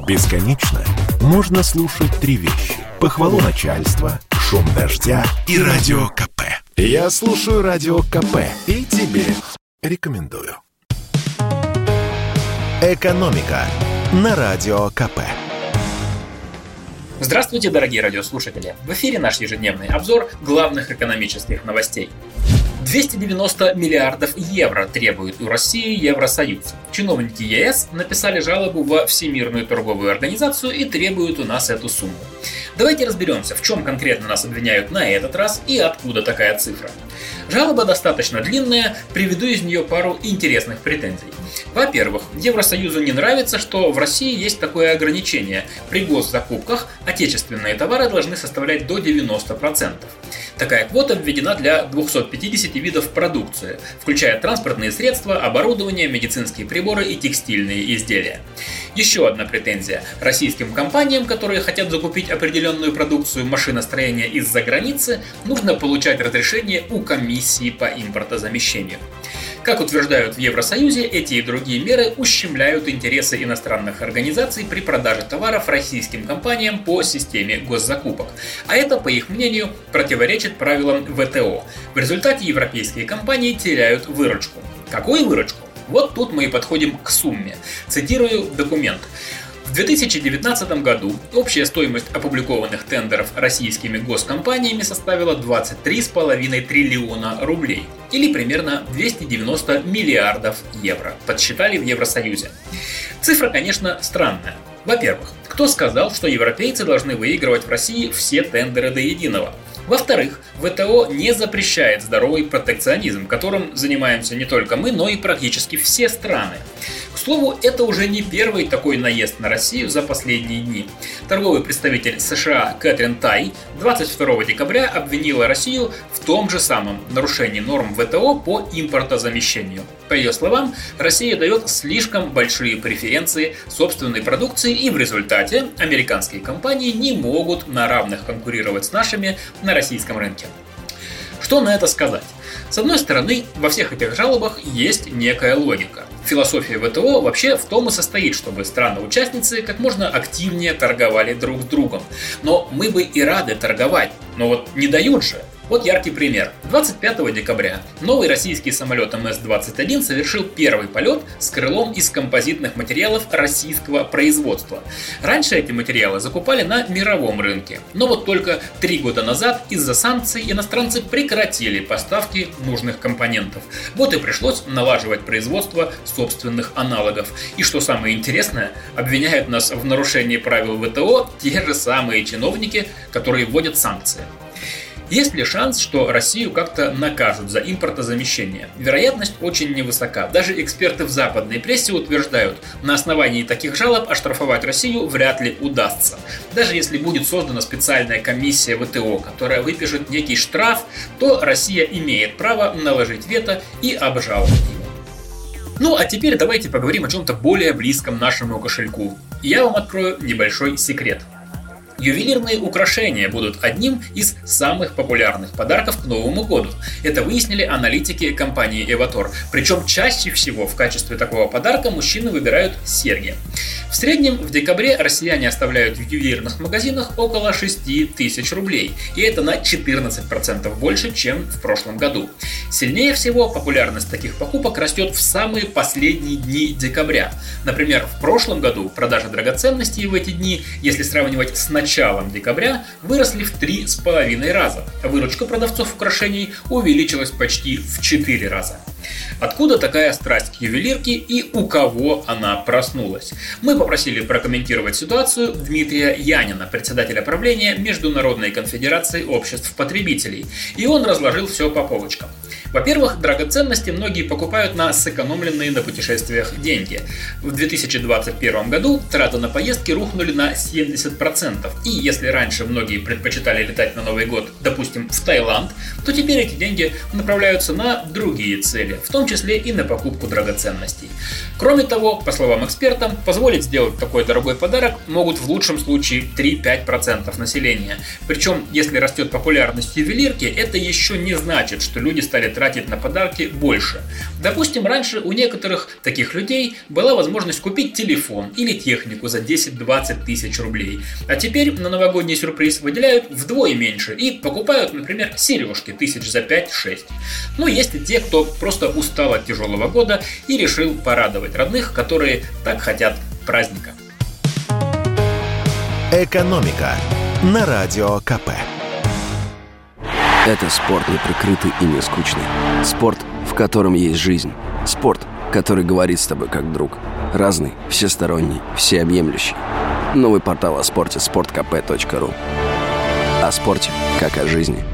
Бесконечно можно слушать три вещи: похвалу начальства, шум дождя и радио КП. Я слушаю радио КП и тебе рекомендую. «Экономика» на радио КП. Здравствуйте, дорогие радиослушатели! В эфире наш ежедневный обзор главных экономических новостей. 290 миллиардов евро требует у России Евросоюз. Чиновники ЕС написали жалобу во Всемирную торговую организацию и требуют у нас эту сумму. Давайте разберемся, в чем конкретно нас обвиняют на этот раз и откуда такая цифра. Жалоба достаточно длинная, приведу из нее пару интересных претензий. Во-первых, Евросоюзу не нравится, что в России есть такое ограничение. При госзакупках отечественные товары должны составлять до 90%. Такая квота введена для 250 видов продукции, включая транспортные средства, оборудование, медицинские приборы и текстильные изделия. Еще одна претензия. Российским компаниям, которые хотят закупить определенную продукцию машиностроения из-за границы, нужно получать разрешение у комиссии по импортозамещению. Как утверждают в Евросоюзе, эти и другие меры ущемляют интересы иностранных организаций при продаже товаров российским компаниям по системе госзакупок. А это, по их мнению, противоречит правилам ВТО. В результате европейские компании теряют выручку. Какую выручку? Вот тут мы и подходим к сумме. Цитирую документ. В 2019 году общая стоимость опубликованных тендеров российскими госкомпаниями составила 23,5 триллиона рублей, или примерно 290 миллиардов евро, подсчитали в Евросоюзе. Цифра, конечно, странная. Во-первых, кто сказал, что европейцы должны выигрывать в России все тендеры до единого? Во-вторых, ВТО не запрещает здоровый протекционизм, которым занимаемся не только мы, но и практически все страны. К слову, это уже не первый такой наезд на Россию за последние дни. Торговый представитель США Кэтрин Тай 22 декабря обвинила Россию в том же самом нарушении норм ВТО по импортозамещению. По ее словам, Россия дает слишком большие преференции собственной продукции, и в результате американские компании не могут на равных конкурировать с нашими на российском рынке. Что на это сказать? С одной стороны, во всех этих жалобах есть некая логика. Философия ВТО вообще в том и состоит, чтобы страны-участницы как можно активнее торговали друг с другом. Но мы бы и рады торговать, но вот не дают же. Вот яркий пример. 25 декабря новый российский самолет МС-21 совершил первый полет с крылом из композитных материалов российского производства. Раньше эти материалы закупали на мировом рынке. Но вот только 3 года назад из-за санкций иностранцы прекратили поставки нужных компонентов. Вот и пришлось налаживать производство собственных аналогов. И что самое интересное, обвиняют нас в нарушении правил ВТО те же самые чиновники, которые вводят санкции. Есть ли шанс, что Россию как-то накажут за импортозамещение? Вероятность очень невысока. Даже эксперты в западной прессе утверждают, на основании таких жалоб оштрафовать Россию вряд ли удастся. Даже если будет создана специальная комиссия ВТО, которая выпишет некий штраф, то Россия имеет право наложить вето и обжаловать его. Ну а теперь давайте поговорим о чем-то более близком нашему кошельку. Я вам открою небольшой секрет. Ювелирные украшения будут одним из самых популярных подарков к Новому году. Это выяснили аналитики компании Evator. Причем чаще всего в качестве такого подарка мужчины выбирают серьги. В среднем в декабре россияне оставляют в ювелирных магазинах около 6 тысяч рублей. И это на 14% больше, чем в прошлом году. Сильнее всего популярность таких покупок растет в самые последние дни декабря. Например, в прошлом году продажи драгоценностей в эти дни, если сравнивать с началом декабря, выросли в 3,5 раза. Выручка продавцов украшений увеличилась почти в 4 раза. Откуда такая страсть к ювелирке и у кого она проснулась? Мы попросили прокомментировать ситуацию Дмитрия Янина, председателя правления Международной конфедерации обществ потребителей, и он разложил все по полочкам. Во-первых, драгоценности многие покупают на сэкономленные на путешествиях деньги. В 2021 году траты на поездки рухнули на 70%. И если раньше многие предпочитали летать на Новый год, допустим, в Таиланд, то теперь эти деньги направляются на другие цели, в том числе и на покупку драгоценностей. Кроме того, по словам экспертов, позволить сделать такой дорогой подарок могут в лучшем случае 3-5% населения. Причем, если растет популярность ювелирки, это еще не значит, что люди стали тратить тратить на подарки больше. Допустим, раньше у некоторых таких людей была возможность купить телефон или технику за 10-20 тысяч рублей. А теперь на новогодний сюрприз выделяют вдвое меньше и покупают, например, сережки тысяч за 5-6. Но есть и те, кто просто устал от тяжелого года и решил порадовать родных, которые так хотят праздника. «Экономика» на Радио КП. Это спорт неприкрытый и не скучный. Спорт, в котором есть жизнь. Спорт, который говорит с тобой как друг. Разный, всесторонний, всеобъемлющий. Новый портал о спорте – sportkp.ru. О спорте, как о жизни.